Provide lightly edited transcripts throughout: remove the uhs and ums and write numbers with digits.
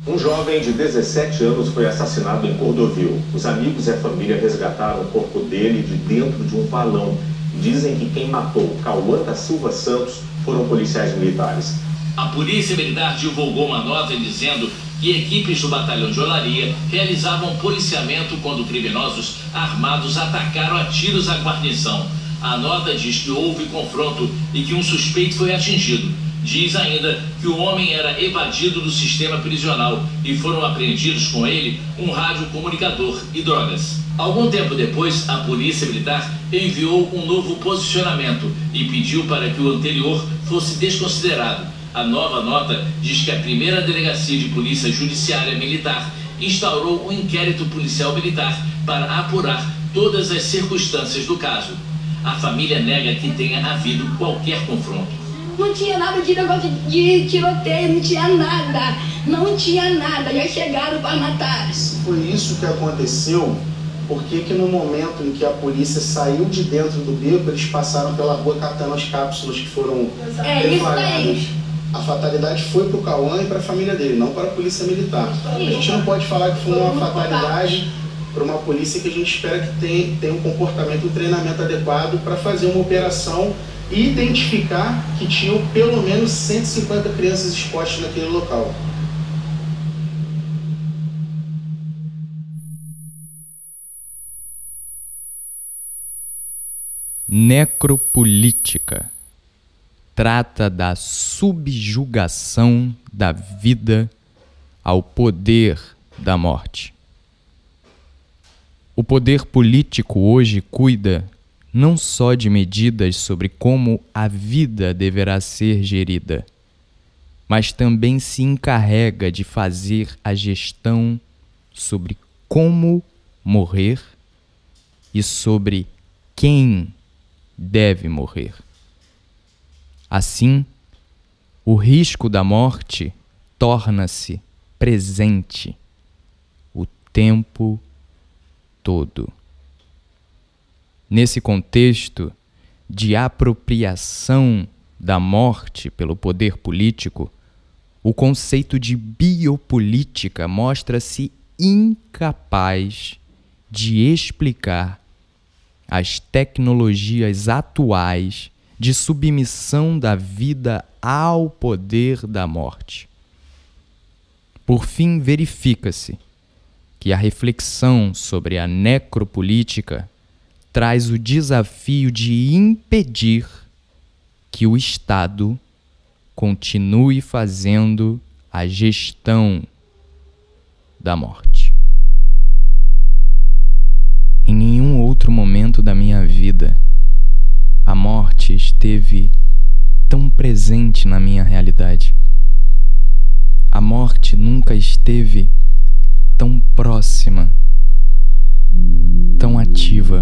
Um jovem de 17 anos foi assassinado em Cordovil. Os amigos e a família resgataram o corpo dele de dentro de um valão. Dizem que quem matou Cauã da Silva Santos foram policiais militares. A Polícia Militar divulgou uma nota dizendo que equipes do Batalhão de Olaria realizavam policiamento quando criminosos armados atacaram a tiros a guarnição. A nota diz que houve confronto e que um suspeito foi atingido. Diz ainda que o homem era evadido do sistema prisional e foram apreendidos com ele um radiocomunicador e drogas. Algum tempo depois, a Polícia Militar enviou um novo posicionamento e pediu para que o anterior fosse desconsiderado. A nova nota diz que a primeira Delegacia de Polícia Judiciária Militar instaurou um inquérito policial militar para apurar todas as circunstâncias do caso. A família nega que tenha havido qualquer confronto. Não tinha nada de negócio de tiroteio, não tinha nada. Não tinha nada, já chegaram para matar. Foi isso que aconteceu, porque que no momento em que a polícia saiu de dentro do beco, eles passaram pela rua catando as cápsulas que foram deflagradas. A fatalidade foi para o Cauã e para a família dele, não para a polícia militar. A gente não pode falar que foi uma fatalidade para uma polícia que a gente espera que tenha um comportamento, um treinamento adequado para fazer uma operação e identificar que tinham pelo menos 150 crianças expostas naquele local. Necropolítica trata da subjugação da vida ao poder da morte. O poder político hoje cuida não só de medidas sobre como a vida deverá ser gerida, mas também se encarrega de fazer a gestão sobre como morrer e sobre quem deve morrer. Assim, o risco da morte torna-se presente o tempo todo. Nesse contexto de apropriação da morte pelo poder político, o conceito de biopolítica mostra-se incapaz de explicar as tecnologias atuais de submissão da vida ao poder da morte. Por fim, verifica-se que a reflexão sobre a necropolítica traz o desafio de impedir que o Estado continue fazendo a gestão da morte. Em nenhum outro momento da minha vida, a morte esteve tão presente na minha realidade. A morte nunca esteve tão próxima, tão ativa.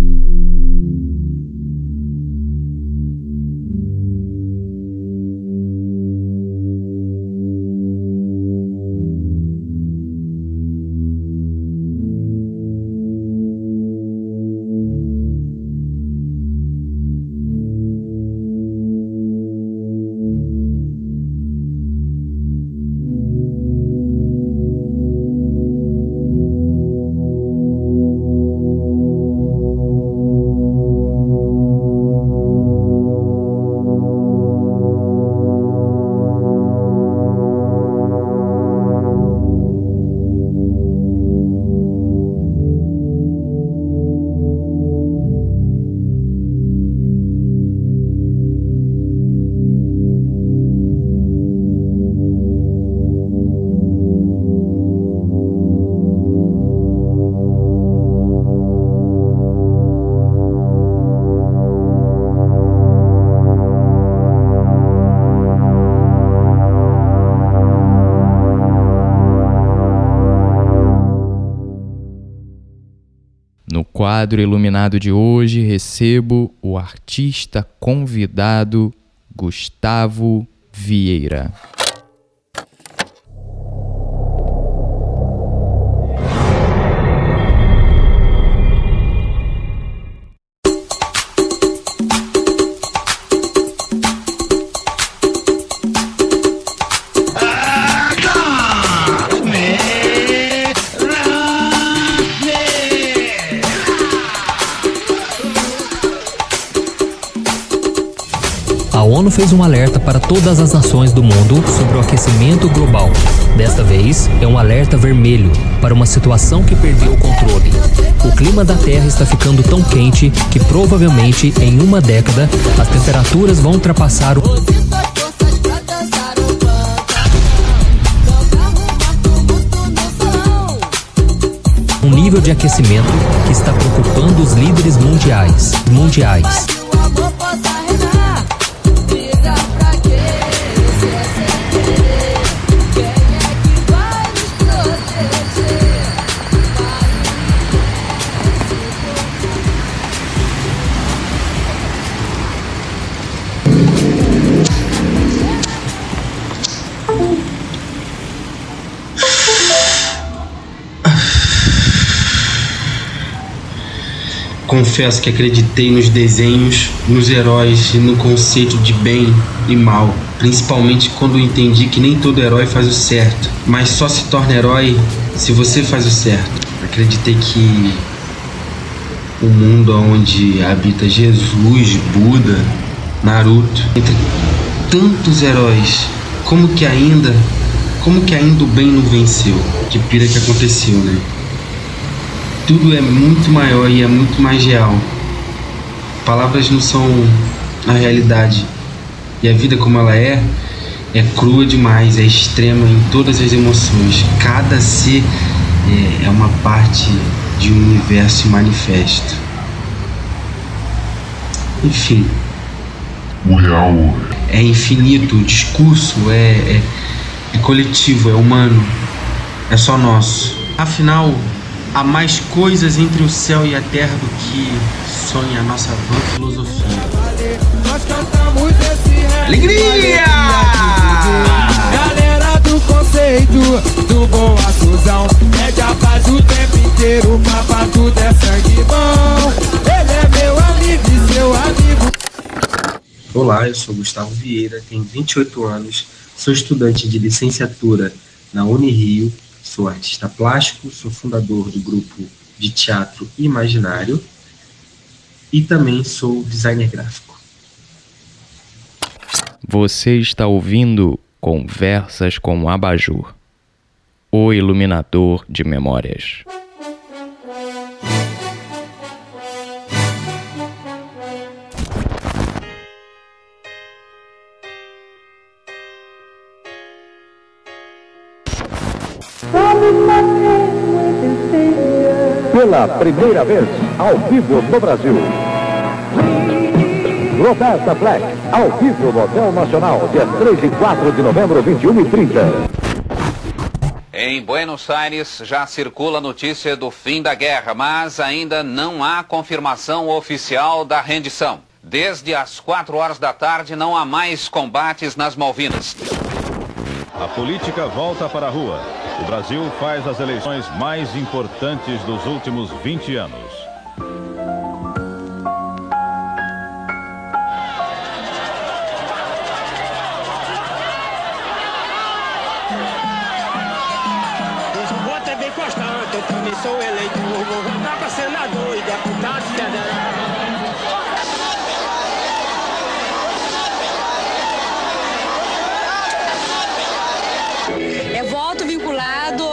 No quadro iluminado de hoje, recebo o artista convidado Gustavo Vieira. ONU fez um alerta para todas as nações do mundo sobre o aquecimento global. Desta vez, é um alerta vermelho para uma situação que perdeu o controle. O clima da Terra está ficando tão quente que provavelmente em uma década as temperaturas vão ultrapassar um nível de aquecimento que está preocupando os líderes mundiais. Confesso que acreditei nos desenhos, nos heróis e no conceito de bem e mal, principalmente quando entendi que nem todo herói faz o certo, mas só se torna herói se você faz o certo. Acreditei que o mundo onde habita Jesus, Buda, Naruto, entre tantos heróis, como que ainda o bem não venceu? Que pira que aconteceu, né? Tudo é muito maior e é muito mais real. Palavras não são a realidade. E a vida como ela é crua demais, é extrema em todas as emoções. Cada ser é uma parte de um universo manifesto. Enfim. O real é infinito, o discurso é coletivo, é humano, é só nosso. Afinal, há mais coisas entre o céu e a terra do que sonha a nossa vã filosofia. Alegria! Galera do conceito, do bom açuzão, mede a paz o tempo inteiro, mapa tudo é sangue bom. Ele é meu amigo e seu amigo. Olá, eu sou Gustavo Vieira, tenho 28 anos, sou estudante de licenciatura na Unirio. Sou artista plástico, sou fundador do grupo de teatro Imaginário e também sou designer gráfico. Você está ouvindo Conversas com Abajur, o iluminador de memórias. Pela primeira vez, ao vivo no Brasil. Roberta Black, ao vivo no Hotel Nacional, dia 3 e 4 de novembro, 21h30. Em Buenos Aires já circula a notícia do fim da guerra, mas ainda não há confirmação oficial da rendição. Desde as 4 horas da tarde não há mais combates nas Malvinas. A política volta para a rua. O Brasil faz as eleições mais importantes dos últimos 20 anos. O voto é bem constante, eu também sou eleito. Vou votar para senador e deputado federal. É voto vinculado?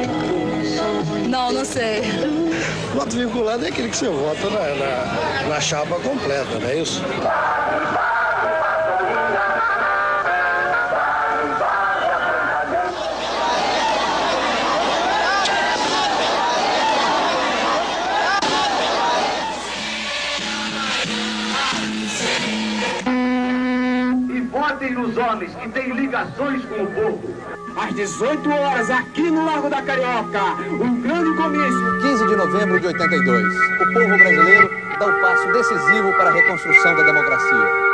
Não sei. Voto vinculado é aquele que você vota na chapa completa, não é isso? E votem nos homens que têm ligações com o povo. Às 18 horas, aqui no Largo da Carioca, um grande comício. 15 de novembro de 82, o povo brasileiro dá um passo decisivo para a reconstrução da democracia.